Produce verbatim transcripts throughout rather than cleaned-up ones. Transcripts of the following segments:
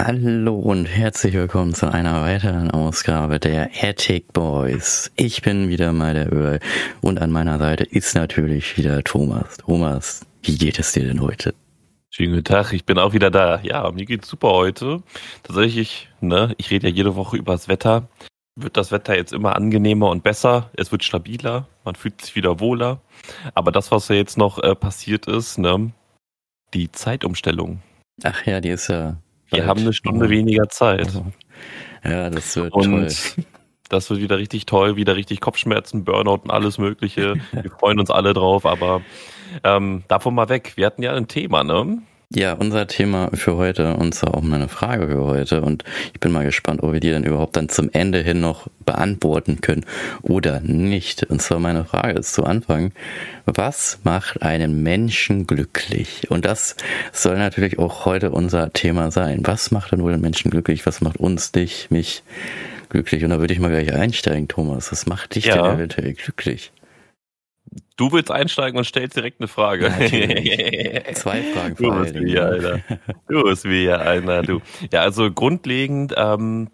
Hallo und herzlich willkommen zu einer weiteren Ausgabe der Attic Boys. Ich bin wieder mal der Earl und an meiner Seite ist natürlich wieder Thomas. Thomas, wie geht es dir denn heute? Schönen guten Tag, ich bin auch wieder da. Ja, mir geht's super heute. Tatsächlich, ne, ich rede ja jede Woche über das Wetter. Wird das Wetter jetzt immer angenehmer und besser, es wird stabiler, man fühlt sich wieder wohler. Aber das, was ja jetzt noch äh, passiert ist, ne, die Zeitumstellung. Ach ja, die ist ja... Wir haben eine Stunde weniger Zeit. Ja, das wird und toll. Das wird wieder richtig toll, wieder richtig Kopfschmerzen, Burnout und alles Mögliche. Wir freuen uns alle drauf, aber ähm, davon mal weg. Wir hatten ja ein Thema, ne? Ja, unser Thema für heute und zwar auch meine Frage für heute und ich bin mal gespannt, ob wir die dann überhaupt dann zum Ende hin noch beantworten können oder nicht. Und zwar meine Frage ist zu Anfang, was macht einen Menschen glücklich? Und das soll natürlich auch heute unser Thema sein. Was macht denn wohl einen Menschen glücklich? Was macht uns, dich, mich glücklich? Und da würde ich mal gleich einsteigen, Thomas. Was macht dich Ja. denn eventuell glücklich? Du willst einsteigen und stellst direkt eine Frage. Ja, zwei Fragen Du bist wie einer. Du bist wie einer, du. Ja, also grundlegend, ähm,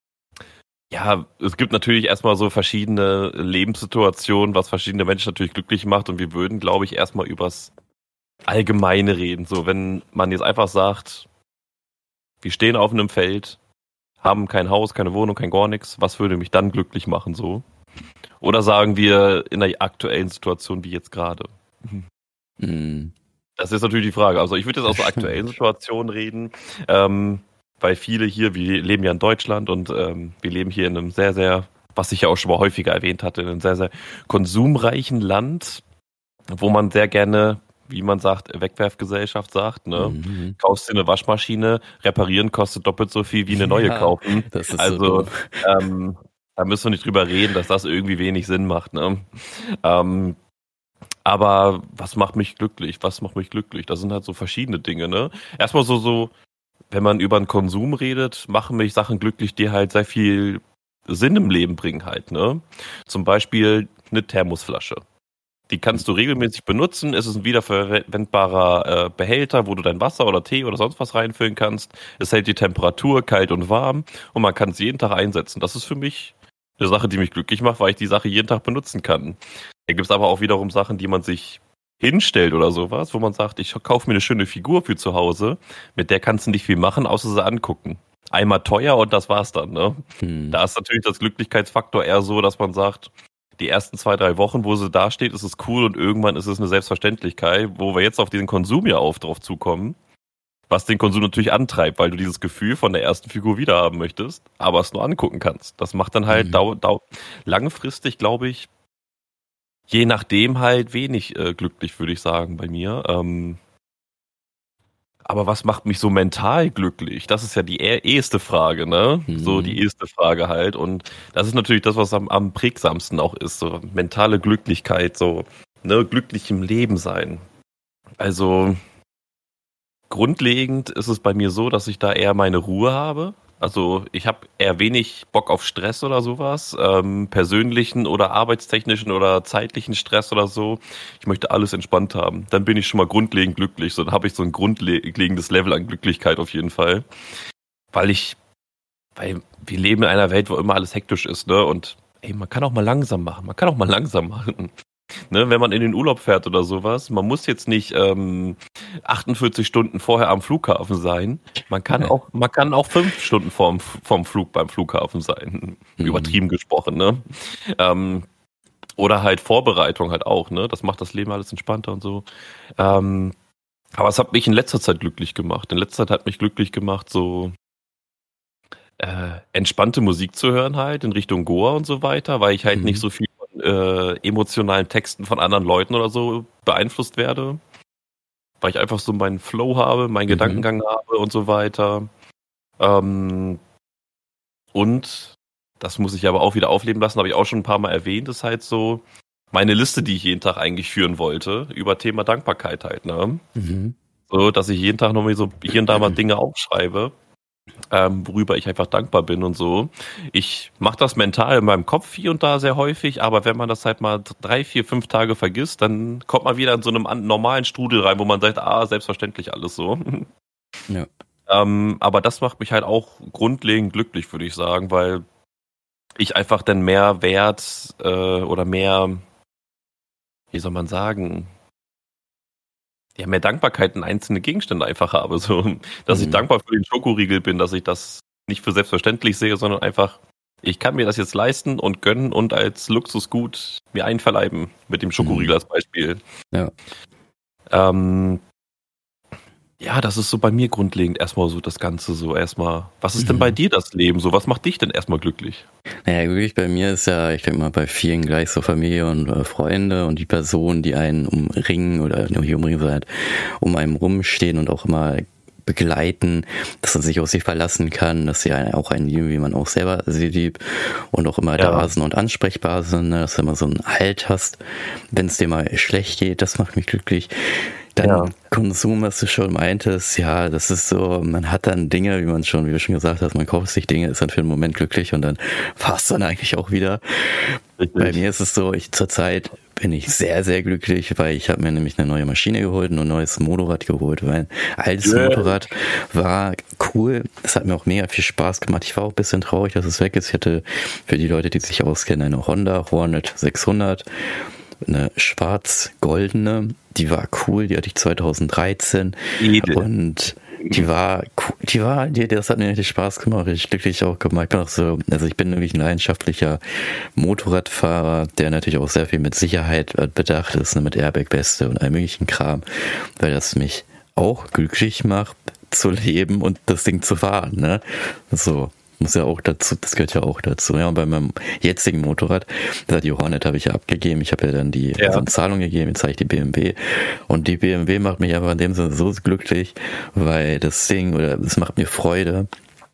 ja, es gibt natürlich erstmal so verschiedene Lebenssituationen, was verschiedene Menschen natürlich glücklich macht und wir würden, glaube ich, erstmal übers Allgemeine reden. So, wenn man jetzt einfach sagt, wir stehen auf einem Feld, haben kein Haus, keine Wohnung, kein gar nichts, was würde mich dann glücklich machen, so? Oder sagen wir in der aktuellen Situation wie jetzt gerade? Mhm. Das ist natürlich die Frage. Also ich würde jetzt aus der aktuellen Situation reden, ähm, weil viele hier, wir leben ja in Deutschland und ähm, wir leben hier in einem sehr, sehr, was ich ja auch schon mal häufiger erwähnt hatte, in einem sehr, sehr konsumreichen Land, wo man sehr gerne, wie man sagt, Wegwerfgesellschaft sagt, ne? Mhm. Kaufst dir eine Waschmaschine, reparieren kostet doppelt so viel wie eine neue Ja, kaufen. das ist Also so dumm. ähm, da müssen wir nicht drüber reden, dass das irgendwie wenig Sinn macht, ne? Ähm, aber was macht mich glücklich? Was macht mich glücklich? Das sind halt so verschiedene Dinge, ne? Erstmal so, so, wenn man über den Konsum redet, machen mich Sachen glücklich, die halt sehr viel Sinn im Leben bringen halt, ne? Zum Beispiel eine Thermosflasche. Die kannst du regelmäßig benutzen. Es ist ein wiederverwendbarer äh, Behälter, wo du dein Wasser oder Tee oder sonst was reinfüllen kannst. Es hält die Temperatur kalt und warm und man kann es jeden Tag einsetzen. Das ist für mich eine Sache, die mich glücklich macht, weil ich die Sache jeden Tag benutzen kann. Da gibt es aber auch wiederum Sachen, die man sich hinstellt oder sowas, wo man sagt, ich kaufe mir eine schöne Figur für zu Hause, mit der kannst du nicht viel machen, außer sie angucken. Einmal teuer und das war's dann, ne? Hm. Da ist natürlich das Glücklichkeitsfaktor eher so, dass man sagt, die ersten zwei, drei Wochen, wo sie da steht, ist es cool und irgendwann ist es eine Selbstverständlichkeit, wo wir jetzt auf diesen Konsum ja auf drauf zukommen, was den Konsum natürlich antreibt, weil du dieses Gefühl von der ersten Figur wieder haben möchtest, aber es nur angucken kannst. Das macht dann halt Mhm. dau- dau- langfristig, glaube ich, je nachdem halt wenig äh, glücklich, würde ich sagen, bei mir. Ähm, aber was macht mich so mental glücklich? Das ist ja die eher eheste Frage, ne? Mhm. So die eheste Frage halt. Und das ist natürlich das, was am, am prägsamsten auch ist. So mentale Glücklichkeit, so, ne, glücklich im Leben sein. Also grundlegend ist es bei mir so, dass ich da eher meine Ruhe habe. Also ich habe eher wenig Bock auf Stress oder sowas, ähm, persönlichen oder arbeitstechnischen oder zeitlichen Stress oder so. Ich möchte alles entspannt haben. Dann bin ich schon mal grundlegend glücklich. So, dann habe ich so ein grundlegendes Level an Glücklichkeit auf jeden Fall. Weil ich, weil wir leben in einer Welt, wo immer alles hektisch ist, ne? Und ey, man kann auch mal langsam machen. Man kann auch mal langsam machen. Ne, wenn man in den Urlaub fährt oder sowas, man muss jetzt nicht ähm, achtundvierzig Stunden vorher am Flughafen sein. Man kann Ja. auch, man kann auch fünf Stunden vorm, vorm Flug beim Flughafen sein. Mhm. Übertrieben gesprochen, ne? Ähm, oder halt Vorbereitung halt auch, ne? Das macht das Leben alles entspannter und so. Ähm, aber es hat mich in letzter Zeit glücklich gemacht. In letzter Zeit hat mich glücklich gemacht, so äh, entspannte Musik zu hören halt in Richtung Goa und so weiter, weil ich halt Mhm. nicht so viel von äh, emotionalen Texten von anderen Leuten oder so beeinflusst werde. Weil ich einfach so meinen Flow habe, meinen Mhm. Gedankengang habe und so weiter. Ähm, und das muss ich aber auch wieder aufleben lassen, habe ich auch schon ein paar Mal erwähnt, ist halt so meine Liste, die ich jeden Tag eigentlich führen wollte, über Thema Dankbarkeit halt, ne? Mhm. So, dass ich jeden Tag noch mal so hier und da mal Dinge aufschreibe, ähm, worüber ich einfach dankbar bin und so. Ich mache das mental in meinem Kopf hier und da sehr häufig, aber wenn man das halt mal drei, vier, fünf Tage vergisst, dann kommt man wieder in so einem an- normalen Strudel rein, wo man sagt, ah, selbstverständlich alles so. Ja. Ähm, aber das macht mich halt auch grundlegend glücklich, würde ich sagen, weil ich einfach dann mehr Wert äh, oder mehr, wie soll man sagen, ja, mehr Dankbarkeit in einzelne Gegenstände einfach habe. So, dass ich Mhm. dankbar für den Schokoriegel bin, dass ich das nicht für selbstverständlich sehe, sondern einfach, ich kann mir das jetzt leisten und gönnen und als Luxusgut mir einverleiben, mit dem Schokoriegel als Beispiel. Ja. Ähm, ja, das ist so bei mir grundlegend erstmal so das Ganze so erstmal. Was ist denn bei dir das Leben so? Was macht dich denn erstmal glücklich? Naja, glücklich bei mir ist ja, ich denke mal, bei vielen gleich so Familie und äh, Freunde und die Personen, die einen umringen oder nicht umringen, sondern halt um einen rumstehen und auch immer begleiten, dass man sich auf sie verlassen kann, dass sie einen auch einen lieben, wie man auch selber sie liebt und auch immer Ja. da sind und ansprechbar sind, ne? Dass du immer so einen Halt hast, wenn es dir mal schlecht geht, das macht mich glücklich. Dann Ja. Konsum, was du schon meintest, ja, das ist so, man hat dann Dinge, wie man schon, wie du schon gesagt hast, man kauft sich Dinge, ist dann für einen Moment glücklich und dann war es dann eigentlich auch wieder. Richtig. Bei mir ist es so, ich zurzeit bin ich sehr, sehr glücklich, weil ich habe mir nämlich eine neue Maschine geholt und ein neues Motorrad geholt, weil ein altes Yeah. Motorrad war cool, es hat mir auch mega viel Spaß gemacht. Ich war auch ein bisschen traurig, dass es weg ist. Ich hatte für die Leute, die sich auskennen, eine Honda Hornet sechshundert, eine schwarz-goldene, die war cool, die hatte ich zweitausenddreizehn Edel. und die war, cool, die war, die, das hat mir richtig Spaß gemacht, richtig glücklich auch gemacht. Ich bin auch so, also ich bin nämlich ein leidenschaftlicher Motorradfahrer, der natürlich auch sehr viel mit Sicherheit bedacht ist, ne, mit Airbag-Weste und allem möglichen Kram, weil das mich auch glücklich macht, zu leben und das Ding zu fahren, ne, so. Muss ja auch dazu, das gehört ja auch dazu. Ja, und bei meinem jetzigen Motorrad, die Hornet habe ich ja abgegeben. Ich habe ja dann die Ja. also eine Zahlung gegeben, jetzt zeige ich die B M W. Und die B M W macht mich einfach in dem Sinne so glücklich, weil das Ding, oder es macht mir Freude,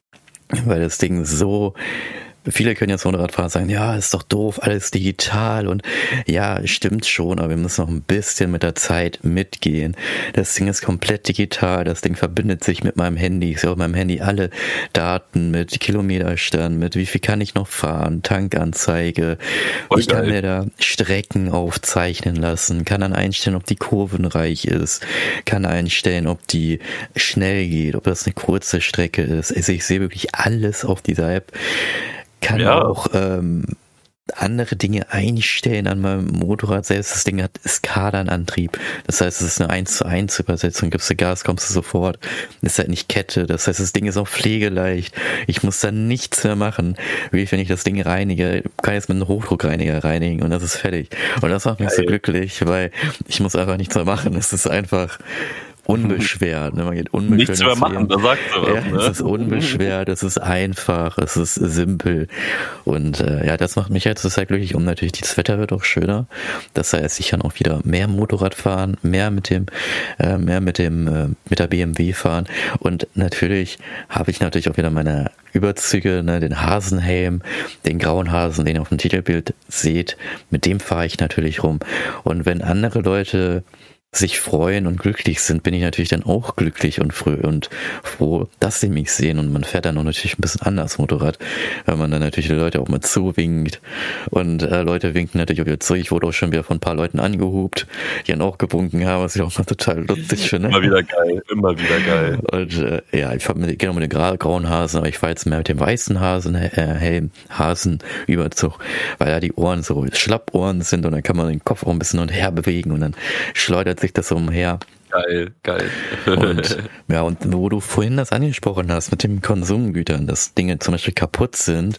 weil das Ding so, viele können jetzt Motorradfahrer sagen, ja, ist doch doof, alles digital und ja, stimmt schon, aber wir müssen noch ein bisschen mit der Zeit mitgehen. Das Ding ist komplett digital, das Ding verbindet sich mit meinem Handy, ich sehe auf meinem Handy alle Daten mit Kilometerstand, mit wie viel kann ich noch fahren, Tankanzeige. Voll Ich kann geil. mir da Strecken aufzeichnen lassen, kann dann einstellen, ob die kurvenreich ist, kann einstellen, ob die schnell geht, ob das eine kurze Strecke ist. Also ich sehe wirklich alles auf dieser App. Kann Ja. auch ähm, andere Dinge einstellen an meinem Motorrad selbst. Das Ding hat ist Kardanantrieb. Das heißt, es ist eine eins zu eins Übersetzung. Gibst du Gas, kommst du sofort. Ist halt nicht Kette. Das heißt, das Ding ist auch pflegeleicht. Ich muss da nichts mehr machen. Wie wenn ich das Ding reinige, kann ich es mit einem Hochdruckreiniger reinigen und das ist fertig. Und das macht mich so Geil. glücklich, weil ich muss einfach nichts mehr machen. Es ist einfach unbeschwert. Ne? Man geht unbeschwert Nichts mehr ins machen, Leben. da sagst du was, Ja, ne? es ist unbeschwert, es ist einfach, es ist simpel und äh, ja, das macht mich jetzt sehr glücklich und natürlich das Wetter wird auch schöner. Das heißt, ich kann auch wieder mehr Motorrad fahren, mehr mit dem, äh, mehr mit dem, äh, mit der B M W fahren und natürlich habe ich natürlich auch wieder meine Überzüge, ne, den Hasenhelm, den grauen Hasen, den ihr auf dem Titelbild seht, mit dem fahre ich natürlich rum und wenn andere Leute sich freuen und glücklich sind, bin ich natürlich dann auch glücklich und fröh und froh, dass sie mich sehen und man fährt dann auch natürlich ein bisschen anders Motorrad, weil man dann natürlich die Leute auch mal zuwinkt und äh, Leute winken natürlich auch wieder zu. Ich wurde auch schon wieder von ein paar Leuten angehupt, die dann auch gewunken haben, was ich auch mal total lustig finde. Immer wieder geil, immer wieder geil. Und äh, ja, ich fahre mit, genau mit dem gra- grauen Hasen, aber ich fahre jetzt mehr mit dem weißen Hasen, äh, Helm, Hasenüberzug, weil da die Ohren so Schlappohren sind und dann kann man den Kopf auch ein bisschen hin und her bewegen und dann schleudert sich das so umher. Geil, geil. Und ja, und wo du vorhin das angesprochen hast mit den Konsumgütern, dass Dinge zum Beispiel kaputt sind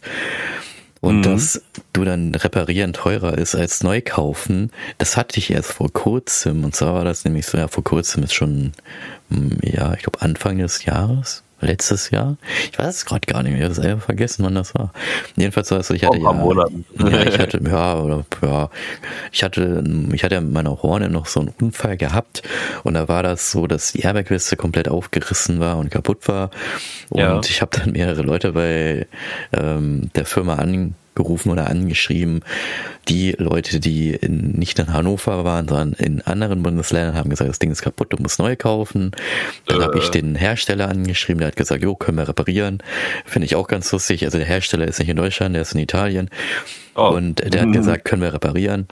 und Mhm. dass du dann reparieren teurer ist als neu kaufen, das hatte ich erst vor kurzem. Und zwar war das nämlich so, ja, vor kurzem ist schon, hm, ja, ich glaube Anfang des Jahres. Letztes Jahr? Ich weiß es gerade gar nicht mehr. Ich habe es einfach vergessen, wann das war. Jedenfalls war es so, ich hatte Vor ein paar ja, Monaten. ja, ich hatte, ja, oder, ja, ich hatte, ich hatte ja mit meiner Horne noch so einen Unfall gehabt und da war das so, dass die Airbag-Weste komplett aufgerissen war und kaputt war und Ja. ich habe dann mehrere Leute bei ähm, der Firma angerufen oder angeschrieben. Die Leute, die in, nicht in Hannover waren, sondern in anderen Bundesländern, haben gesagt, das Ding ist kaputt, du musst neu kaufen. Dann Äh. habe ich den Hersteller angeschrieben, der hat gesagt, jo, können wir reparieren. Finde ich auch ganz lustig. Also der Hersteller ist nicht in Deutschland, der ist in Italien. Oh. Und der hat Mhm. gesagt, können wir reparieren.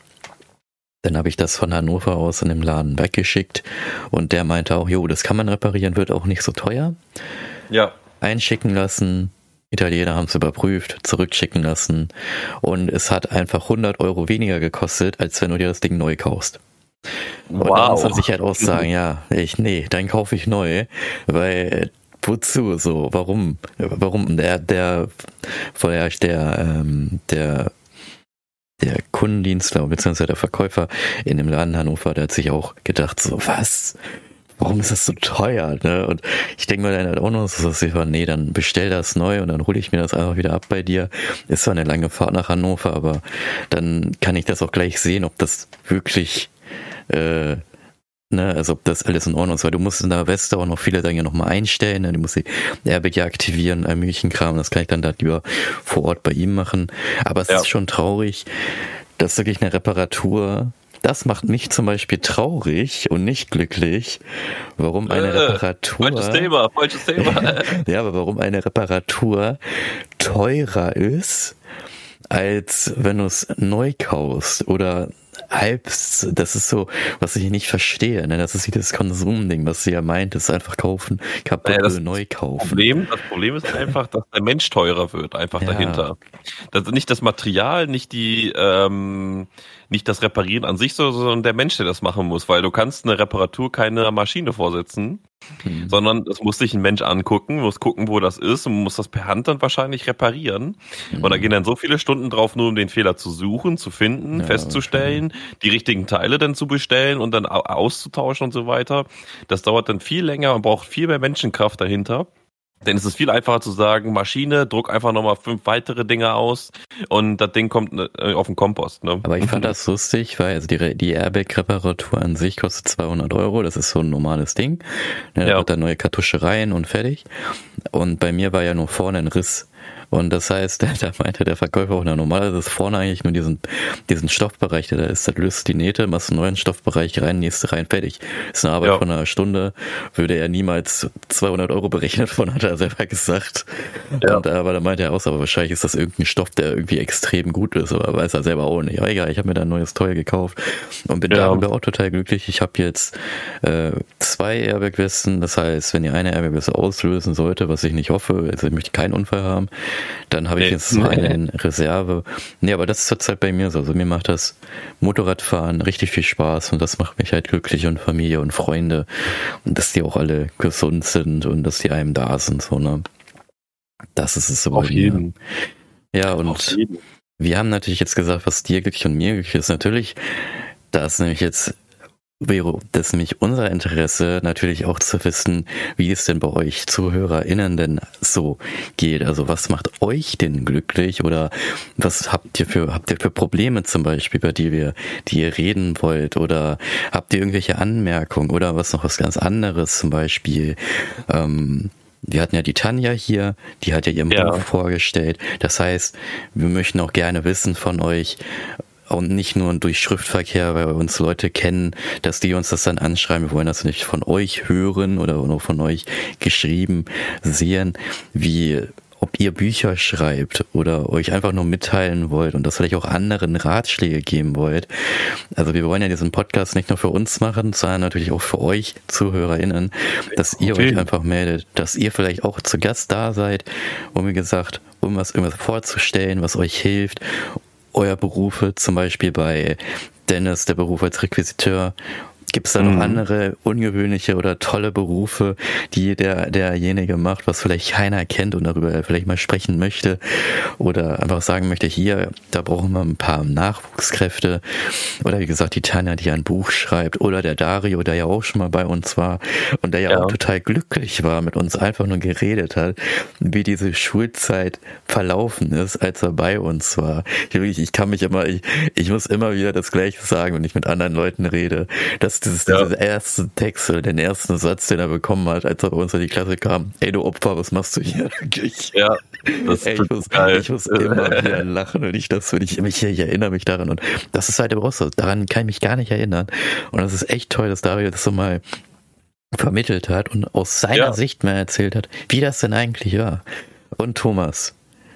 Dann habe ich das von Hannover aus in dem Laden weggeschickt und der meinte auch, jo, das kann man reparieren, wird auch nicht so teuer. Ja. einschicken lassen. Italiener haben es überprüft, zurückschicken lassen. Und es hat einfach hundert Euro weniger gekostet, als wenn du dir das Ding neu kaufst. Und Wow. da muss man sich halt auch sagen, ja, ich, nee, dann kaufe ich neu, weil, wozu, so, warum, warum, der, der, vorher, der, ähm, der, der Kundendienstler, beziehungsweise der Verkäufer in dem Laden Hannover, der hat sich auch gedacht, so, was? Warum ist das so teuer, ne? Und ich denke mir dann halt auch noch so, dass ich war, nee, dann bestell das neu und dann hole ich mir das einfach wieder ab bei dir. Ist zwar eine lange Fahrt nach Hannover, aber dann kann ich das auch gleich sehen, ob das wirklich, äh, ne, also ob das alles in Ordnung ist, weil du musst in der Weste auch noch viele Dinge nochmal einstellen, ne? Du musst die Airbag ja aktivieren, ein Mühlchenkram, das kann ich dann da lieber vor Ort bei ihm machen. Aber es Ja. ist schon traurig, dass wirklich eine Reparatur. Das macht mich zum Beispiel traurig und nicht glücklich, warum eine Äh, Reparatur, Falsches Thema, falsches Thema. ja, aber warum eine Reparatur teurer ist, als wenn du es neu kaufst oder halb, das ist so, was ich nicht verstehe, ne? Das ist wie das Konsumding, was sie ja meint, ist einfach kaufen, kaputt, Naja, das neu kaufen. Problem, das Problem ist einfach, dass der Mensch teurer wird, einfach Ja. dahinter. Das ist nicht das Material, nicht die, ähm, nicht das Reparieren an sich, sondern der Mensch, der das machen muss, weil du kannst eine Reparatur keine Maschine vorsetzen, Hm. sondern es muss sich ein Mensch angucken, muss gucken, wo das ist und muss das per Hand dann wahrscheinlich reparieren. Und da gehen dann so viele Stunden drauf, nur um den Fehler zu suchen, zu finden, Ja, festzustellen, die richtigen Teile dann zu bestellen und dann au- auszutauschen und so weiter. Das dauert dann viel länger und braucht viel mehr Menschenkraft dahinter. Denn es ist viel einfacher zu sagen, Maschine, druck einfach nochmal fünf weitere Dinge aus und das Ding kommt äh, auf den Kompost. Ne? Aber ich fand das lustig, weil also die, die Airbag-Reparatur an sich kostet zweihundert Euro, das ist so ein normales Ding. Ne, da Ja. wird dann neue Kartusche rein und fertig. Und bei mir war ja nur vorne ein Riss. Und das heißt, da meinte der Verkäufer auch, na normalerweise ist vorne eigentlich nur diesen, diesen Stoffbereich, der da ist, das löst die Nähte, machst einen neuen Stoffbereich rein, nächste rein, fertig. Ist eine Arbeit Ja. von einer Stunde, würde er niemals zweihundert Euro berechnet von, hat er selber gesagt. Ja. Und, aber da meinte er auch, aber wahrscheinlich ist das irgendein Stoff, der irgendwie extrem gut ist, aber weiß er selber auch nicht. Aber egal, ich habe mir da ein neues Teil gekauft und bin Ja. darüber auch total glücklich. Ich habe jetzt äh, zwei Airbag-Westen, das heißt, wenn ihr eine Airbag-Weste auslösen sollte, was ich nicht hoffe, also ich möchte keinen Unfall haben, dann habe ich Nee. jetzt eine in Reserve. Nee, aber das ist zurzeit bei mir so. Also mir macht das Motorradfahren richtig viel Spaß und das macht mich halt glücklich und Familie und Freunde und dass die auch alle gesund sind und dass die einem da sind, so, ne? Das ist es so Auf bei mir. jeden. Ja, Auf und jeden. wir haben natürlich jetzt gesagt, was dir glücklich und mir glücklich ist. Natürlich, da ist nämlich jetzt, wäre das nämlich unser Interesse, natürlich auch zu wissen, wie es denn bei euch ZuhörerInnen denn so geht. Also was macht euch denn glücklich oder was habt ihr für, habt ihr für Probleme zum Beispiel, bei die wir, die ihr reden wollt oder habt ihr irgendwelche Anmerkungen oder was noch was ganz anderes zum Beispiel, ähm, wir hatten ja die Tanja hier, die hat ja ihren Ja. Buch vorgestellt. Das heißt, wir möchten auch gerne wissen von euch, und nicht nur durch Schriftverkehr, weil wir uns Leute kennen, dass die uns das dann anschreiben. Wir wollen das nicht von euch hören oder nur von euch geschrieben sehen, wie ob ihr Bücher schreibt oder euch einfach nur mitteilen wollt und das vielleicht auch anderen Ratschläge geben wollt. Also wir wollen ja diesen Podcast nicht nur für uns machen, sondern natürlich auch für euch ZuhörerInnen, dass ihr Okay. euch einfach meldet, dass ihr vielleicht auch zu Gast da seid, um wie gesagt, um was irgendwas vorzustellen, was euch hilft. Euer Berufe, zum Beispiel bei Dennis, der Beruf als Requisiteur. Gibt es da noch Mhm. andere ungewöhnliche oder tolle Berufe, die der derjenige macht, was vielleicht keiner kennt und darüber er vielleicht mal sprechen möchte oder einfach sagen möchte, hier, da brauchen wir ein paar Nachwuchskräfte oder wie gesagt die Tanja, die ein Buch schreibt oder der Dario, der ja auch schon mal bei uns war und der ja, Ja. auch total glücklich war, mit uns einfach nur geredet hat, wie diese Schulzeit verlaufen ist, als er bei uns war. Ich, wirklich, ich kann mich immer, ich, ich muss immer wieder das Gleiche sagen, wenn ich mit anderen Leuten rede, dass dieses, Ja. dieser erste Text oder den ersten Satz, den er bekommen hat, als er bei uns in die Klasse kam, ey du Opfer, was machst du hier eigentlich? Ja, das Ey, ist ich muss, geil. ich muss immer wieder lachen und ich das, wenn ich mich, ich erinnere mich daran und das ist halt aber auch so, daran kann ich mich gar nicht erinnern und das ist echt toll, dass Dario das so mal vermittelt hat und aus seiner Ja. Sicht mal erzählt hat, wie das denn eigentlich war. Und Thomas,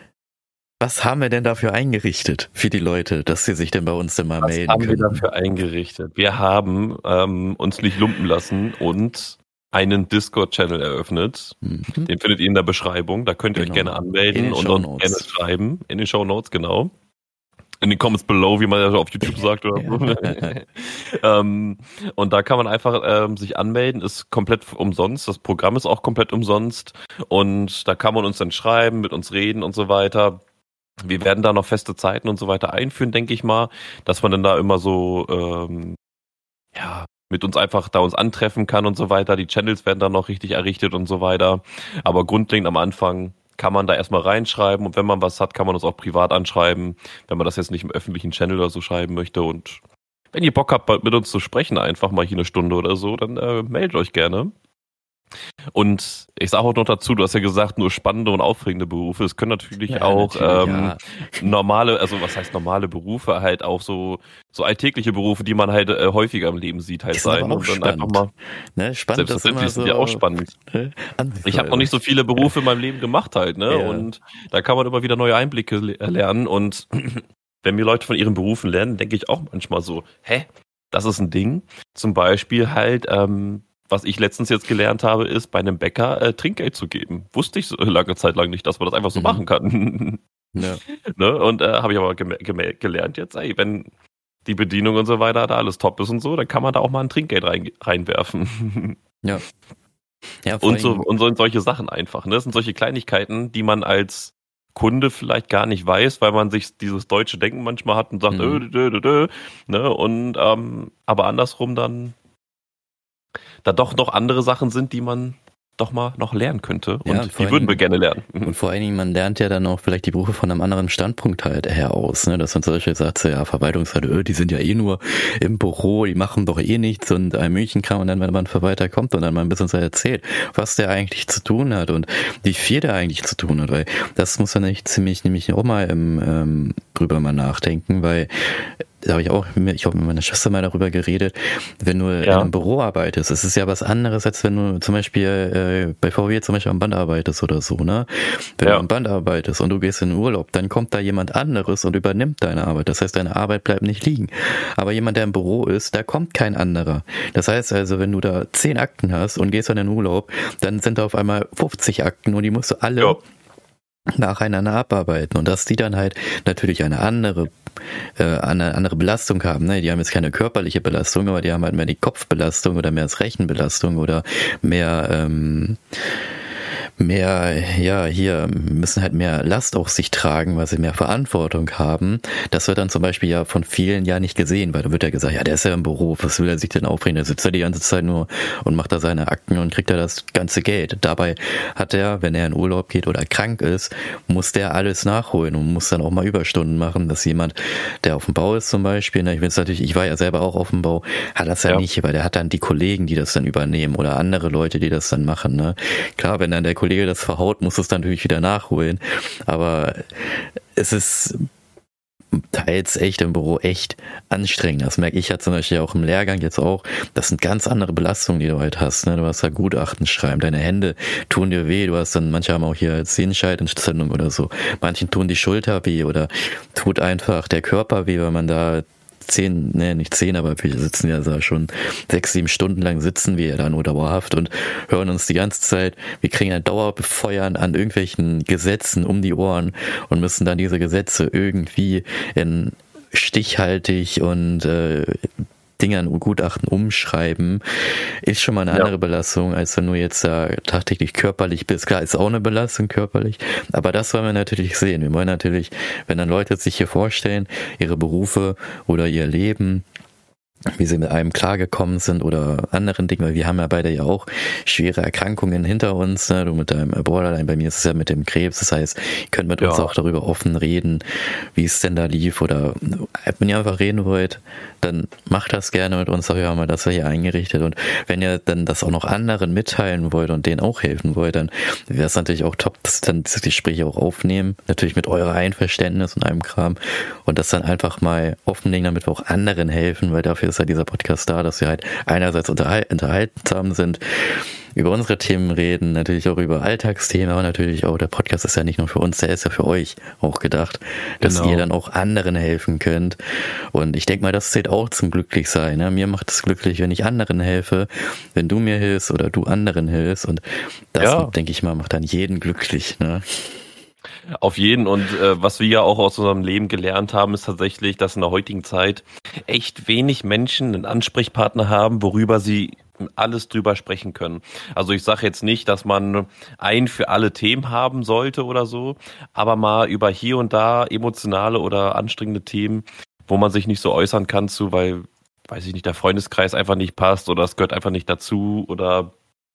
was haben wir denn dafür eingerichtet für die Leute, dass sie sich denn bei uns denn mal Was melden haben wir können? dafür eingerichtet? Wir haben ähm, uns nicht lumpen lassen und einen Discord-Channel eröffnet. Mhm. Den findet ihr in der Beschreibung. Da könnt ihr genau. euch gerne anmelden und auch gerne schreiben. In den Shownotes, genau. In den Comments below, wie man ja auf YouTube sagt. Oder so. ähm, und da kann man einfach ähm, sich anmelden. Ist komplett umsonst. Das Programm ist auch komplett umsonst. Und da kann man uns dann schreiben, mit uns reden und so weiter. Wir werden da noch feste Zeiten und so weiter einführen, denke ich mal. Dass man dann da immer so... Ähm, ja, mit uns einfach da uns antreffen kann und so weiter. Die Channels werden dann noch richtig errichtet und so weiter. Aber grundlegend am Anfang kann man da erstmal reinschreiben und wenn man was hat, kann man uns auch privat anschreiben, wenn man das jetzt nicht im öffentlichen Channel oder so schreiben möchte. Und wenn ihr Bock habt, mit uns zu sprechen, einfach mal hier eine Stunde oder so, dann äh, meldet euch gerne. Und ich sage auch noch dazu, du hast ja gesagt, nur spannende und aufregende Berufe. Es können natürlich ja, auch natürlich, ähm, ja. normale, also was heißt normale Berufe, halt auch so so alltägliche Berufe, die man halt äh, häufiger im Leben sieht, halt sein. Und dann einfach mal, ne? Spannend, selbstverständlich sind ja auch spannend. Ne? Ich habe noch nicht so viele Berufe in meinem Leben gemacht halt, ne? Ja. Und da kann man immer wieder neue Einblicke lernen. Und wenn mir Leute von ihren Berufen lernen, denke ich auch manchmal so, hä, das ist ein Ding. Zum Beispiel halt, ähm, was ich letztens jetzt gelernt habe, ist, bei einem Bäcker äh, Trinkgeld zu geben. Wusste ich so lange Zeit lang nicht, dass man das einfach so mhm. machen kann. Ja. Ne? Und äh, habe ich aber gem- gem- gelernt jetzt, ey, wenn die Bedienung und so weiter da alles top ist und so, dann kann man da auch mal ein Trinkgeld rein, reinwerfen. Ja. Ja, und, so, und so und solche Sachen einfach. Ne? Das sind solche Kleinigkeiten, die man als Kunde vielleicht gar nicht weiß, weil man sich dieses deutsche Denken manchmal hat und sagt, mhm. äh, dö, dö, dö, ne? Und ähm, aber andersrum dann da doch noch andere Sachen sind, die man doch mal noch lernen könnte. Und ja, die würden wir gerne lernen. Und vor allen Dingen, man lernt ja dann auch vielleicht die Berufe von einem anderen Standpunkt halt her aus. Ne? Dass man zum Beispiel sagt, so, ja, Verwaltungsleute, öh, die sind ja eh nur im Büro, die machen doch eh nichts und ein Mädchen kann man dann, wenn man Verwalter kommt und dann mal ein bisschen so erzählt, was der eigentlich zu tun hat und wie viel der eigentlich zu tun hat. Weil das muss man nicht ziemlich nämlich auch mal im, ähm, drüber mal nachdenken, weil da habe ich auch, ich habe mit meiner Schwester mal darüber geredet, wenn du ja. in einem Büro arbeitest, es ist ja was anderes, als wenn du zum Beispiel äh, bei V W zum Beispiel am Band arbeitest oder so, ne? Wenn ja. du am Band arbeitest und du gehst in den Urlaub, dann kommt da jemand anderes und übernimmt deine Arbeit. Das heißt, deine Arbeit bleibt nicht liegen. Aber jemand, der im Büro ist, da kommt kein anderer. Das heißt also, wenn du da zehn Akten hast und gehst dann in den Urlaub, dann sind da auf einmal fünfzig Akten und die musst du alle ja. nacheinander abarbeiten und dass die dann halt natürlich eine andere äh, eine andere Belastung haben, ne? Die haben jetzt keine körperliche Belastung, aber die haben halt mehr die Kopfbelastung oder mehr als Rechenbelastung oder mehr ähm, mehr, ja, hier müssen halt mehr Last auf sich tragen, weil sie mehr Verantwortung haben. Das wird dann zum Beispiel ja von vielen ja nicht gesehen, weil da wird ja gesagt, ja, der ist ja im Büro, was will er sich denn aufregen? Der sitzt ja die ganze Zeit nur und macht da seine Akten und kriegt da das ganze Geld. Dabei hat er, wenn er in Urlaub geht oder krank ist, muss der alles nachholen und muss dann auch mal Überstunden machen, dass jemand, der auf dem Bau ist zum Beispiel, ne, ich will natürlich, ich war ja selber auch auf dem Bau, hat das ja, ja nicht, weil der hat dann die Kollegen, die das dann übernehmen oder andere Leute, die das dann machen, ne. Klar, wenn dann der Kollege das verhaut, muss es dann natürlich wieder nachholen. Aber es ist teils echt im Büro echt anstrengend. Das merke ich ja zum Beispiel auch im Lehrgang jetzt auch. Das sind ganz andere Belastungen, die du halt hast. Ne? Du hast da Gutachten schreiben, deine Hände tun dir weh. Du hast dann, manche haben auch hier Sehenscheidentzündung oder so. Manchen tun die Schulter weh oder tut einfach der Körper weh, weil man da zehn, ne, nicht zehn, aber wir sitzen ja da schon sechs, sieben Stunden lang sitzen wir da nur dauerhaft und hören uns die ganze Zeit, wir kriegen ein Dauerbefeuern an irgendwelchen Gesetzen um die Ohren und müssen dann diese Gesetze irgendwie in stichhaltig und äh, Dingern und Gutachten umschreiben, ist schon mal eine ja. andere Belastung, als wenn du jetzt da tagtäglich körperlich bist. Klar, ist auch eine Belastung körperlich, aber das wollen wir natürlich sehen. Wir wollen natürlich, wenn dann Leute sich hier vorstellen, ihre Berufe oder ihr Leben, wie sie mit einem klargekommen sind oder anderen Dingen, weil wir haben ja beide ja auch schwere Erkrankungen hinter uns, ne? Du mit deinem Borderline, bei mir ist es ja mit dem Krebs, das heißt, ihr könnt mit ja. uns auch darüber offen reden, wie es denn da lief oder wenn ihr einfach reden wollt, dann macht das gerne mit uns, wir haben wir das ja hier eingerichtet und wenn ihr dann das auch noch anderen mitteilen wollt und denen auch helfen wollt, dann wäre es natürlich auch top, dass dann diese Gespräche auch aufnehmen, natürlich mit eurer Einverständnis und einem Kram und das dann einfach mal offenlegen, damit wir auch anderen helfen, weil dafür ist ja dieser Podcast da, dass wir halt einerseits unterhal- unterhaltsam sind, über unsere Themen reden, natürlich auch über Alltagsthemen, aber natürlich auch, der Podcast ist ja nicht nur für uns, der ist ja für euch auch gedacht, dass Genau. ihr dann auch anderen helfen könnt. Und ich denke mal, das zählt auch zum Glücklichsein. Ne? Mir macht es glücklich, wenn ich anderen helfe, wenn du mir hilfst oder du anderen hilfst. Und das, Ja. denke ich mal, macht dann jeden glücklich. Ne? Auf jeden. Und äh, was wir ja auch aus unserem Leben gelernt haben, ist tatsächlich, dass in der heutigen Zeit echt wenig Menschen einen Ansprechpartner haben, worüber sie alles drüber sprechen können. Also ich sage jetzt nicht, dass man ein für alle Themen haben sollte oder so, aber mal über hier und da emotionale oder anstrengende Themen, wo man sich nicht so äußern kann zu, weil, weiß ich nicht, der Freundeskreis einfach nicht passt oder es gehört einfach nicht dazu oder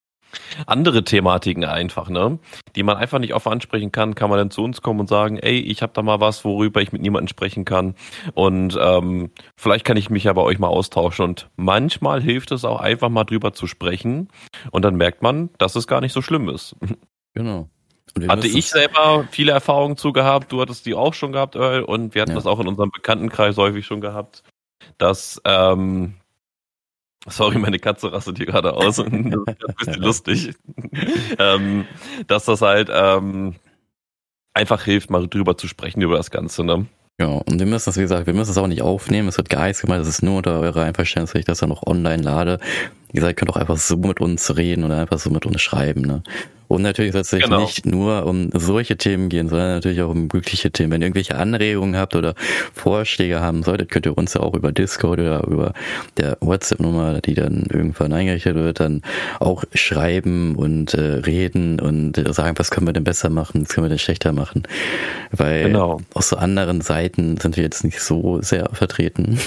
andere Thematiken einfach, ne, die man einfach nicht offen ansprechen kann, kann man dann zu uns kommen und sagen, ey, ich habe da mal was, worüber ich mit niemandem sprechen kann und ähm, vielleicht kann ich mich ja bei euch mal austauschen und manchmal hilft es auch einfach mal drüber zu sprechen und dann merkt man, dass es gar nicht so schlimm ist. Genau. Und wir Hatte müssen ich es- selber viele Erfahrungen zu gehabt, du hattest die auch schon gehabt, Earl, und wir hatten Ja. das auch in unserem Bekanntenkreis häufig schon gehabt, dass ähm, sorry, meine Katze rastet hier gerade aus und das ist ein bisschen lustig. ähm, dass das halt ähm, einfach hilft, mal drüber zu sprechen über das Ganze, ne? Ja, und wir müssen das, wie gesagt, wir müssen es auch nicht aufnehmen. Es wird geheiß gemacht, das ist nur unter eurer Einverständnis, wenn ich das dann noch online lade. Wie gesagt, ihr könnt auch einfach so mit uns reden oder einfach so mit uns schreiben, ne? Und natürlich soll es sich Genau. nicht nur um solche Themen gehen, sondern natürlich auch um glückliche Themen. Wenn ihr irgendwelche Anregungen habt oder Vorschläge haben solltet, könnt ihr uns ja auch über Discord oder über der WhatsApp-Nummer, die dann irgendwann eingerichtet wird, dann auch schreiben und äh, reden und äh, sagen, was können wir denn besser machen, was können wir denn schlechter machen. Weil Genau. aus so anderen Seiten sind wir jetzt nicht so sehr vertreten.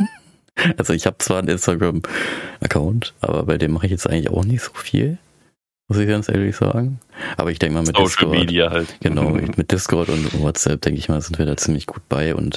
Also ich habe zwar einen Instagram-Account, aber bei dem mache ich jetzt eigentlich auch nicht so viel, muss ich ganz ehrlich sagen. Aber ich denke mal mit Social Discord, Media halt. genau, mit Discord und WhatsApp, denke ich mal, sind wir da ziemlich gut bei und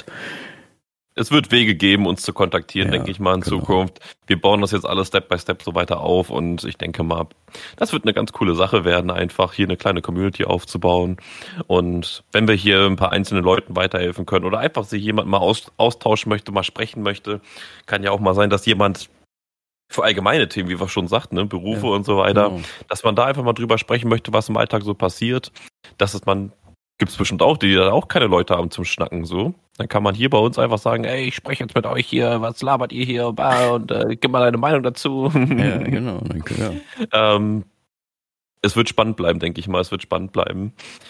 Es wird Wege geben, uns zu kontaktieren, Ja, denke ich mal, in genau. Zukunft. Wir bauen das jetzt alles Step by Step so weiter auf und ich denke mal, das wird eine ganz coole Sache werden, einfach hier eine kleine Community aufzubauen. Und wenn wir hier ein paar einzelnen Leuten weiterhelfen können oder einfach sich jemand mal aus, austauschen möchte, mal sprechen möchte, kann ja auch mal sein, dass jemand für allgemeine Themen, wie wir schon sagten, ne, Berufe Ja, und so weiter, genau. dass man da einfach mal drüber sprechen möchte, was im Alltag so passiert, dass es man gibt es bestimmt auch, die da auch keine Leute haben zum Schnacken, so. Dann kann man hier bei uns einfach sagen, ey, ich spreche jetzt mit euch hier, was labert ihr hier, bah, und äh, gib mal deine Meinung dazu. Ja, genau. Dann, ja. ähm, es wird spannend bleiben, denke ich mal, es wird spannend bleiben.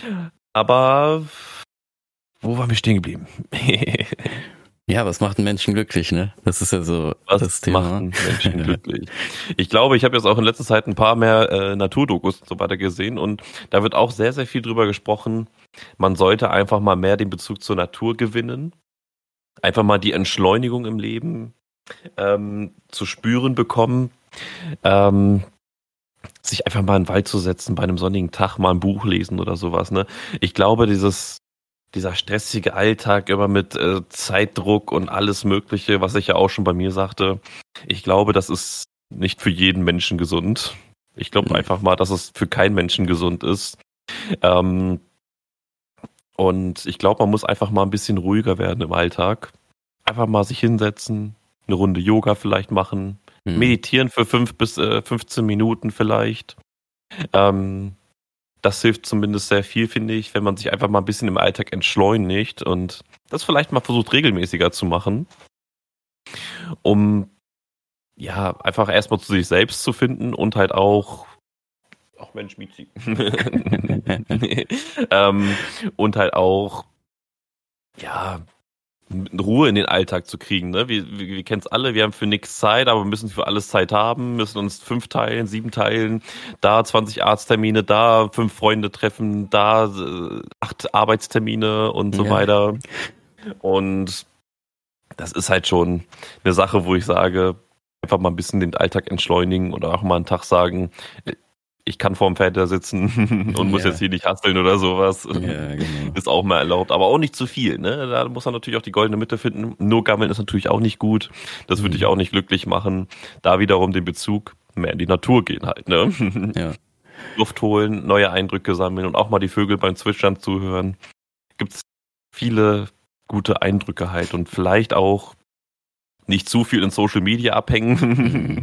Aber wo waren wir stehen geblieben? Ja, was macht einen Menschen glücklich, ne? Das ist ja so Was das Thema. macht einen Menschen glücklich? Ich glaube, ich habe jetzt auch in letzter Zeit ein paar mehr äh, Naturdokus und so weiter gesehen und da wird auch sehr, sehr viel drüber gesprochen. Man sollte einfach mal mehr den Bezug zur Natur gewinnen. Einfach mal die Entschleunigung im Leben ähm, zu spüren bekommen. Ähm, sich einfach mal in den Wald zu setzen, bei einem sonnigen Tag mal ein Buch lesen oder sowas. Ne? Ich glaube, dieses dieser stressige Alltag immer mit äh, Zeitdruck und alles Mögliche, was ich ja auch schon bei mir sagte, ich glaube, das ist nicht für jeden Menschen gesund. Ich glaube Mhm. einfach mal, dass es für keinen Menschen gesund ist. Ähm, und ich glaube, man muss einfach mal ein bisschen ruhiger werden im Alltag. Einfach mal sich hinsetzen, eine Runde Yoga vielleicht machen, Mhm. meditieren für fünf bis äh, fünfzehn Minuten vielleicht. Ähm, Das hilft zumindest sehr viel, finde ich, wenn man sich einfach mal ein bisschen im Alltag entschleunigt und das vielleicht mal versucht, regelmäßiger zu machen, um ja einfach erstmal zu sich selbst zu finden und halt auch, ach Mensch, Mizi, ähm, und halt auch, ja, Ruhe in den Alltag zu kriegen. Ne? Wir, wir, wir kennen es alle, wir haben für nichts Zeit, aber wir müssen für alles Zeit haben, müssen uns fünf teilen, sieben teilen, da zwanzig Arzttermine, da fünf Freunde treffen, da äh, acht Arbeitstermine und so Ja. weiter. Und das ist halt schon eine Sache, wo ich sage, einfach mal ein bisschen den Alltag entschleunigen oder auch mal einen Tag sagen, ich kann vorm Fernseher sitzen und muss Ja. jetzt hier nicht hasseln oder sowas. Ja, genau. Ist auch mal erlaubt, aber auch nicht zu viel. Ne? Da muss man natürlich auch die goldene Mitte finden. Nur gammeln ist natürlich auch nicht gut. Das würde Mhm. dich auch nicht glücklich machen. Da wiederum den Bezug mehr in die Natur gehen halt. Ne? Ja. Luft holen, neue Eindrücke sammeln und auch mal die Vögel beim Zwitschern zuhören. Gibt's viele gute Eindrücke halt und vielleicht auch nicht zu viel in Social Media abhängen.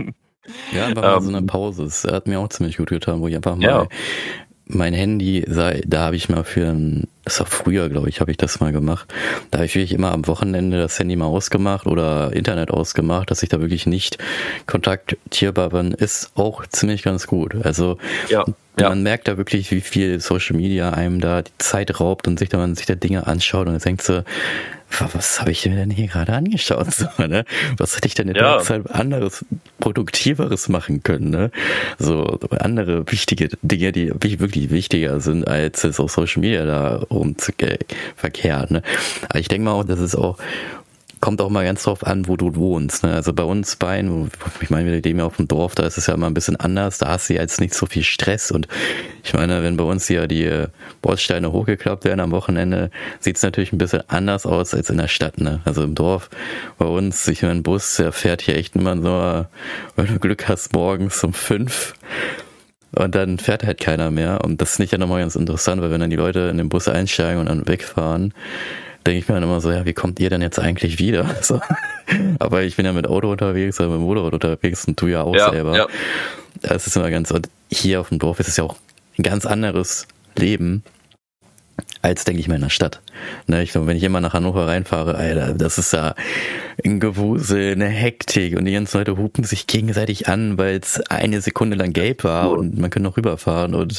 Ja, einfach mal so eine Ähm, Pause. Das hat mir auch ziemlich gut getan, wo ich einfach ja, mal mein Handy, sei, da habe ich mal für ein, das war früher, glaube ich, habe ich das mal gemacht. Da habe ich wirklich immer am Wochenende das Handy mal ausgemacht oder Internet ausgemacht, dass ich da wirklich nicht kontaktierbar bin, ist auch ziemlich ganz gut. Also ja, ja. man merkt da wirklich, wie viel Social Media einem da die Zeit raubt und sich da man sich da Dinge anschaut und dann denkt so, was habe ich mir denn hier gerade angeschaut? So, ne? Was hätte ich denn in der Ja, Zeit anderes, Produktiveres machen können? Ne? So andere wichtige Dinge, die wirklich wichtiger sind, als jetzt auf Social Media da rumzuverkehren. Ne? Aber ich denke mal auch, dass es auch kommt auch mal ganz drauf an, wo du wohnst. Ne? Also bei uns beiden, ich meine, wir leben ja auf dem Dorf, da ist es ja immer ein bisschen anders, da hast du jetzt nicht so viel Stress und ich meine, wenn bei uns hier die Bordsteine hochgeklappt werden am Wochenende, sieht es natürlich ein bisschen anders aus als in der Stadt. Ne? Also im Dorf bei uns, ich meine, ein Bus, der fährt hier echt immer so, wenn du Glück hast, morgens um fünf. Und dann fährt halt keiner mehr. Und das finde ich ja nochmal ganz interessant, weil wenn dann die Leute in den Bus einsteigen und dann wegfahren, denke ich mir dann immer so, ja, wie kommt ihr denn jetzt eigentlich wieder? So. Aber ich bin ja mit Auto unterwegs, oder mit dem Motorrad unterwegs und du ja auch ja, selber. ja. Das ist immer ganz, und hier auf dem Dorf ist es ja auch ein ganz anderes Leben als, denke ich mal, in der Stadt. Ne, ich glaube, wenn ich immer nach Hannover reinfahre, Alter, das ist ja ein Gewusel, eine Hektik und die ganzen Leute hupen sich gegenseitig an, weil es eine Sekunde lang gelb war und man kann noch rüberfahren und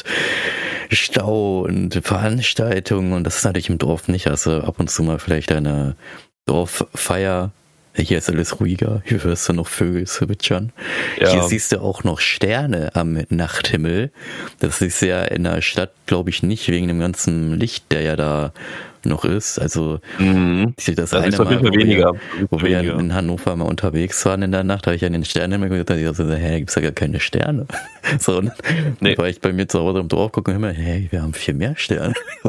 Stau und Veranstaltungen und das ist natürlich im Dorf nicht. Also ab und zu mal vielleicht eine Dorffeier. Hier ist alles ruhiger, hier hörst du noch Vögel zwitschern. Ja. Hier siehst du auch noch Sterne am Nachthimmel. Das ist ja in der Stadt, glaube ich, nicht, wegen dem ganzen Licht, der ja da noch ist. Also Mhm. das, das Das eine ist auf jeden Mal, Fall wo weniger. wir, wo wir in Hannover mal unterwegs waren in der Nacht, habe ich an den Sternenhimmel gesagt, da so, hä, gibt's ja gar keine Sterne. So, und Nee. weil ich bei mir zu Hause im Dorf gucke und immer, hey, wir haben viel mehr Sterne.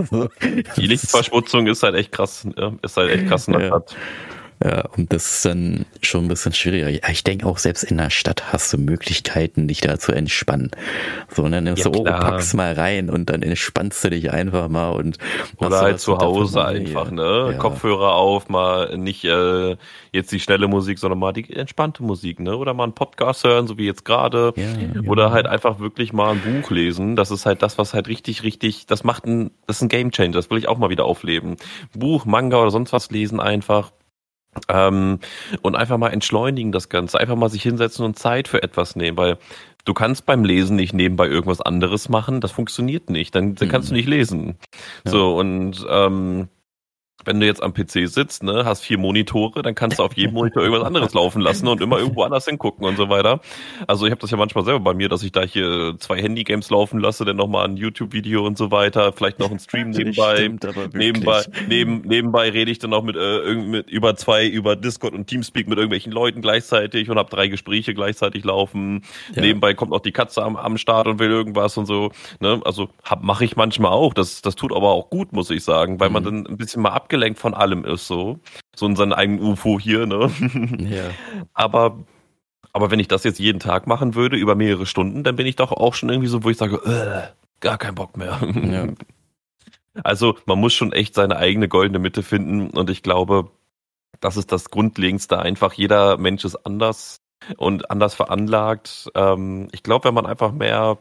Die Lichtverschmutzung ist halt echt krass, ne? Ist halt echt krass in der Ja. Stadt. Ja, und das ist dann schon ein bisschen schwieriger. Ja, ich denke auch, selbst in der Stadt hast du Möglichkeiten, dich da zu entspannen. So, und dann nimmst Ja, du, oh, klar. packst mal rein und dann entspannst du dich einfach mal und Oder machst halt was zu mit der Hause Familie. einfach, ne? Ja. Kopfhörer auf, mal nicht äh, jetzt die schnelle Musik, sondern mal die entspannte Musik, ne? Oder mal einen Podcast hören, so wie jetzt gerade. Ja, ja. Oder halt einfach wirklich mal ein Buch lesen. Das ist halt das, was halt richtig, richtig, das macht ein, das ist ein Gamechanger. Das will ich auch mal wieder aufleben. Buch, Manga oder sonst was lesen einfach. Ähm, und einfach mal entschleunigen das Ganze. Einfach mal sich hinsetzen und Zeit für etwas nehmen, weil du kannst beim Lesen nicht nebenbei irgendwas anderes machen. Das funktioniert nicht. Dann, dann kannst du nicht lesen. Ja. So, und ähm, wenn du jetzt am P C sitzt, ne, hast vier Monitore, dann kannst du auf jedem Monitor irgendwas anderes laufen lassen und immer irgendwo anders hingucken und so weiter. Also ich habe das ja manchmal selber bei mir, dass ich da hier zwei Handy-Games laufen lasse, dann nochmal ein YouTube-Video und so weiter, vielleicht noch ein Stream nebenbei. Stimmt, aber wirklich. Nebenbei, neben, nebenbei rede ich dann auch mit, äh, irgend- mit über zwei, über Discord und Teamspeak mit irgendwelchen Leuten gleichzeitig und habe drei Gespräche gleichzeitig laufen. Ja. Nebenbei kommt auch die Katze am, am Start und will irgendwas und so. Ne? Also mache ich manchmal auch. Das, das tut aber auch gut, muss ich sagen, weil man Mhm. dann ein bisschen mal abgelenkt von allem ist, so. So in seinem eigenen U F O hier, ne? Ja. Aber, aber wenn ich das jetzt jeden Tag machen würde, über mehrere Stunden, dann bin ich doch auch schon irgendwie so, wo ich sage, äh, gar keinen Bock mehr. Ja. Also man muss schon echt seine eigene goldene Mitte finden und ich glaube, das ist das Grundlegendste einfach. Jeder Mensch ist anders und anders veranlagt. Ähm, ich glaube, wenn man einfach mehr,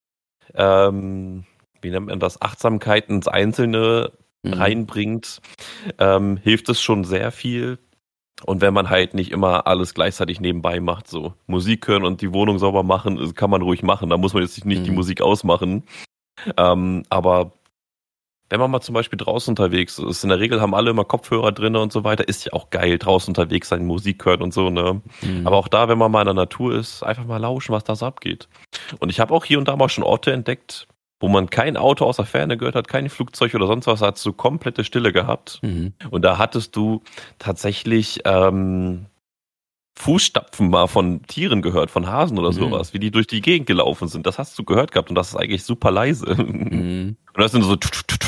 ähm, wie nennt man das, Achtsamkeit ins Einzelne Mhm. reinbringt, ähm, hilft es schon sehr viel. Und wenn man halt nicht immer alles gleichzeitig nebenbei macht, so Musik hören und die Wohnung sauber machen, kann man ruhig machen. Da muss man jetzt nicht Mhm. die Musik ausmachen. Ähm, aber wenn man mal zum Beispiel draußen unterwegs ist, in der Regel haben alle immer Kopfhörer drin und so weiter, ist ja auch geil, draußen unterwegs sein, Musik hören und so, ne? Mhm. Aber auch da, wenn man mal in der Natur ist, einfach mal lauschen, was da so abgeht. Und ich habe auch hier und da mal schon Orte entdeckt, wo man kein Auto aus der Ferne gehört hat, kein Flugzeug oder sonst was, da hast du komplette Stille gehabt. Mhm. Und da hattest du tatsächlich ähm, Fußstapfen mal von Tieren gehört, von Hasen oder Mhm. sowas, wie die durch die Gegend gelaufen sind. Das hast du gehört gehabt und das ist eigentlich super leise. Mhm. Und das sind so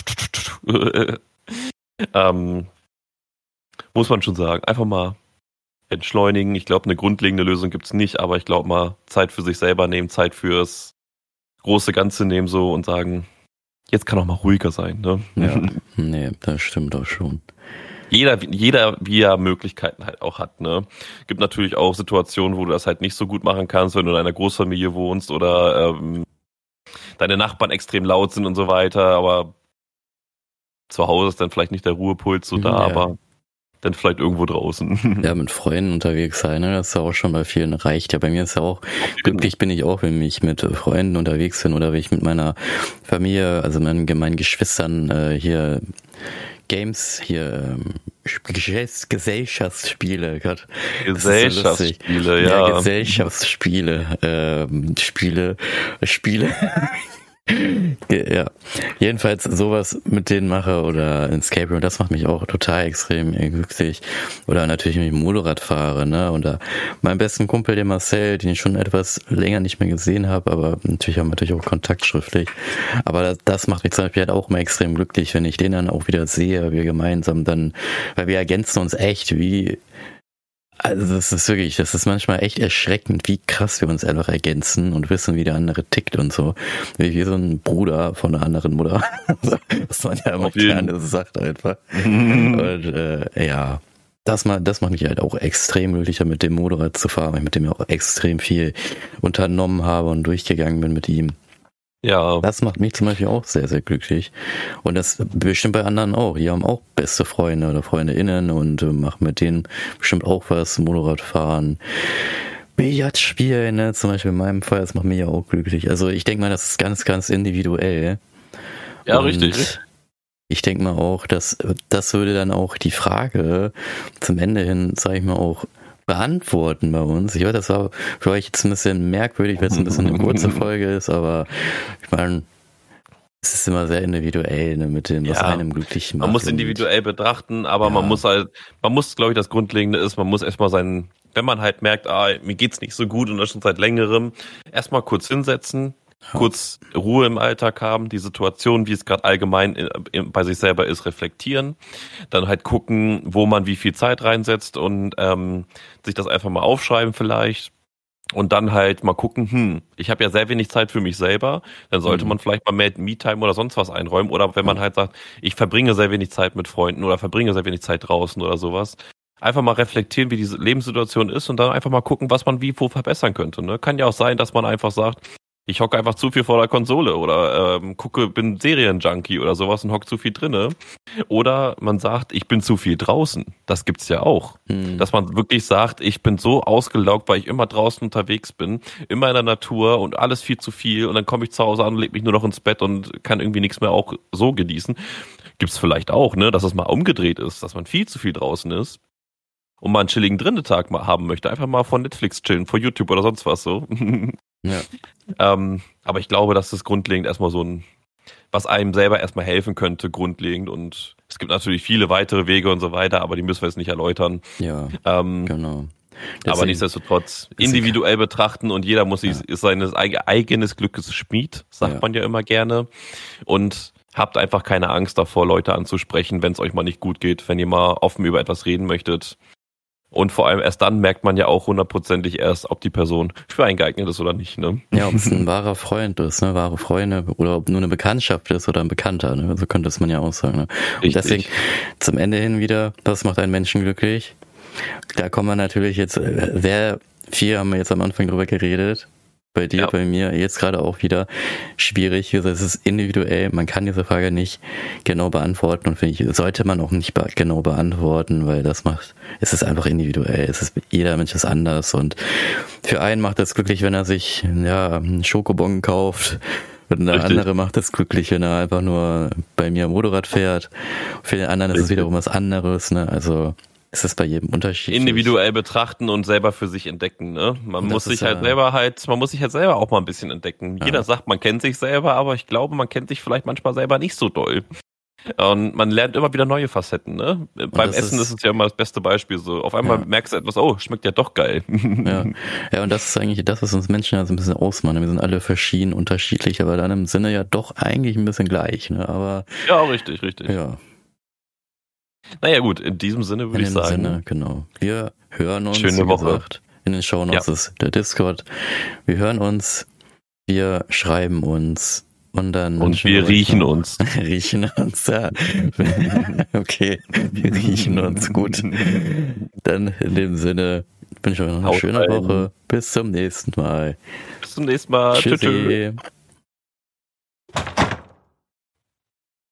ähm, muss man schon sagen. Einfach mal entschleunigen. Ich glaube, eine grundlegende Lösung gibt's nicht, aber ich glaube mal Zeit für sich selber nehmen, Zeit fürs große Ganze nehmen so und sagen, jetzt kann auch mal ruhiger sein. Ne? Ja. Nee, das stimmt auch schon. Jeder, jeder, wie er Möglichkeiten halt auch hat, ne? Gibt natürlich auch Situationen, wo du das halt nicht so gut machen kannst, wenn du in einer Großfamilie wohnst oder ähm, deine Nachbarn extrem laut sind und so weiter, aber zu Hause ist dann vielleicht nicht der Ruhepol so da, Ja. aber dann vielleicht irgendwo draußen. Ja, mit Freunden unterwegs sein, ne? Das ist ja auch schon bei vielen reicht. Ja, bei mir ist ja auch, glücklich bin ich auch, wenn ich mit Freunden unterwegs bin oder wenn ich mit meiner Familie, also meinen, meinen Geschwistern äh, hier Games, hier ähm, Ges- Gesellschaftsspiele, Gott. Das ist so lustig. Gesellschaftsspiele, ja. Ja, Gesellschaftsspiele, ähm, Spiele, Spiele. Ja, jedenfalls sowas mit denen mache oder ein Escape Room, das macht mich auch total extrem glücklich. Oder natürlich, wenn ich Motorrad fahre, ne, und da meinen besten Kumpel, den Marcel, den ich schon etwas länger nicht mehr gesehen habe, aber natürlich haben wir natürlich auch Kontakt schriftlich. Aber das, das macht mich zum Beispiel halt auch immer extrem glücklich, wenn ich den dann auch wieder sehe, wir gemeinsam dann, weil wir ergänzen uns echt wie. Also das ist wirklich, das ist manchmal echt erschreckend, wie krass wir uns einfach ergänzen und wissen, wie der andere tickt und so. Wie so ein Bruder von einer anderen Mutter. Was man ja immer gerne sagt einfach. Und äh, ja, das, mal, das macht mich halt auch extrem glücklicher, mit dem Motorrad zu fahren, weil ich mit dem ja auch extrem viel unternommen habe und durchgegangen bin mit ihm. Ja. Das macht mich zum Beispiel auch sehr, sehr glücklich. Und das bestimmt bei anderen auch. Die haben auch beste Freunde oder FreundInnen und äh, machen mit denen bestimmt auch was. Motorradfahren, Billard spielen, ne? Zum Beispiel in meinem Fall, das macht mich ja auch glücklich. Also ich denke mal, das ist ganz, ganz individuell. Ja, und richtig, richtig. Ich denke mal auch, dass das würde dann auch die Frage zum Ende hin, sage ich mal, auch beantworten bei uns. Ich weiß, das war für euch jetzt ein bisschen merkwürdig, weil es ein bisschen eine kurze Folge ist, aber ich meine, es ist immer sehr individuell, ne, mit dem, was Ja, einem glücklich macht. Man muss individuell betrachten, aber Ja. man muss halt, man muss, glaube ich, das Grundlegende ist, man muss erstmal sein, wenn man halt merkt, ah, mir geht's nicht so gut und das schon seit längerem, erstmal kurz hinsetzen, Ja. kurz Ruhe im Alltag haben, die Situation, wie es gerade allgemein in, in, bei sich selber ist, reflektieren, dann halt gucken, wo man wie viel Zeit reinsetzt und ähm, sich das einfach mal aufschreiben vielleicht und dann halt mal gucken, hm, ich habe ja sehr wenig Zeit für mich selber, dann sollte Mhm. man vielleicht mal mehr Me-Time oder sonst was einräumen oder wenn man Ja. halt sagt, ich verbringe sehr wenig Zeit mit Freunden oder verbringe sehr wenig Zeit draußen oder sowas, einfach mal reflektieren, wie diese Lebenssituation ist und dann einfach mal gucken, was man wie wo verbessern könnte. Ne? Kann ja auch sein, dass man einfach sagt, ich hocke einfach zu viel vor der Konsole oder ähm, gucke, bin Serienjunkie oder sowas und hocke zu viel drinne. Oder man sagt, ich bin zu viel draußen. Das gibt's ja auch. Mhm. Dass man wirklich sagt, ich bin so ausgelaugt, weil ich immer draußen unterwegs bin, immer in der Natur und alles viel zu viel und dann komme ich zu Hause an und leg mich nur noch ins Bett und kann irgendwie nichts mehr auch so genießen. Gibt's vielleicht auch, ne, dass es mal umgedreht ist, dass man viel zu viel draußen ist und mal einen chilligen drinnen Tag mal haben möchte. Einfach mal von Netflix chillen, vor YouTube oder sonst was so. Ja. Ähm, aber ich glaube, dass das grundlegend erstmal so ein, was einem selber erstmal helfen könnte, grundlegend. Und es gibt natürlich viele weitere Wege und so weiter, aber die müssen wir jetzt nicht erläutern. Ja, Ähm, genau. aber Deswegen- nichtsdestotrotz deswegen- individuell betrachten und jeder muss sich, Ja. ist seines eig- eigenes Glückes Schmied, sagt Ja. man ja immer gerne. Und habt einfach keine Angst davor, Leute anzusprechen, wenn es euch mal nicht gut geht, wenn ihr mal offen über etwas reden möchtet. Und vor allem erst dann merkt man ja auch hundertprozentig erst, ob die Person für einen geeignet ist oder nicht. Ne? Ja, ob es ein wahrer Freund ist, ne, wahre Freunde oder ob nur eine Bekanntschaft ist oder ein Bekannter, ne, so könnte es man ja auch sagen. Ne? Und Richtig. deswegen zum Ende hin wieder, was macht einen Menschen glücklich? Da kommen wir natürlich jetzt, äh, sehr viel haben wir jetzt am Anfang drüber geredet. Bei dir, Ja. bei mir, jetzt gerade auch wieder schwierig. Also es ist individuell, man kann diese Frage nicht genau beantworten und finde ich, sollte man auch nicht be- genau beantworten, weil das macht, es ist einfach individuell. Es ist, jeder Mensch ist anders und für einen macht es glücklich, wenn er sich, ja, einen Schokobon kauft. Und der Richtig. andere macht es glücklich, wenn er einfach nur bei mir Motorrad fährt. Für den anderen ist es Richtig. wiederum was anderes, ne? Also es ist bei jedem unterschiedlich. Individuell betrachten und selber für sich entdecken. Ne? Man Das muss ist sich halt ja- selber halt, man muss sich halt selber auch mal ein bisschen entdecken. Ja. Jeder sagt, man kennt sich selber, aber ich glaube, man kennt sich vielleicht manchmal selber nicht so doll. Und man lernt immer wieder neue Facetten. Ne? Beim das Essen ist- ist es ja immer das beste Beispiel. So auf einmal Ja. merkst du etwas, oh, schmeckt ja doch geil. Ja. ja, und das ist eigentlich das, was uns Menschen ja so ein bisschen ausmacht. Wir sind alle verschieden, unterschiedlich, aber dann im Sinne ja doch eigentlich ein bisschen gleich. Ne? Aber Ja, richtig, richtig. ja, Naja gut, in diesem Sinne würde in ich dem sagen, Sinne, genau. Wir hören uns, Schöne wie Woche. gesagt, in den Shownotes ist der Discord. Wir hören uns, wir schreiben uns Und dann. Und wir riechen noch, uns. riechen uns, ja. Okay, wir riechen uns gut. Dann in dem Sinne wünsche ich euch noch eine Haut schöne rein. Woche. Bis zum nächsten Mal. Bis zum nächsten Mal. Tschüssi. Tschüss.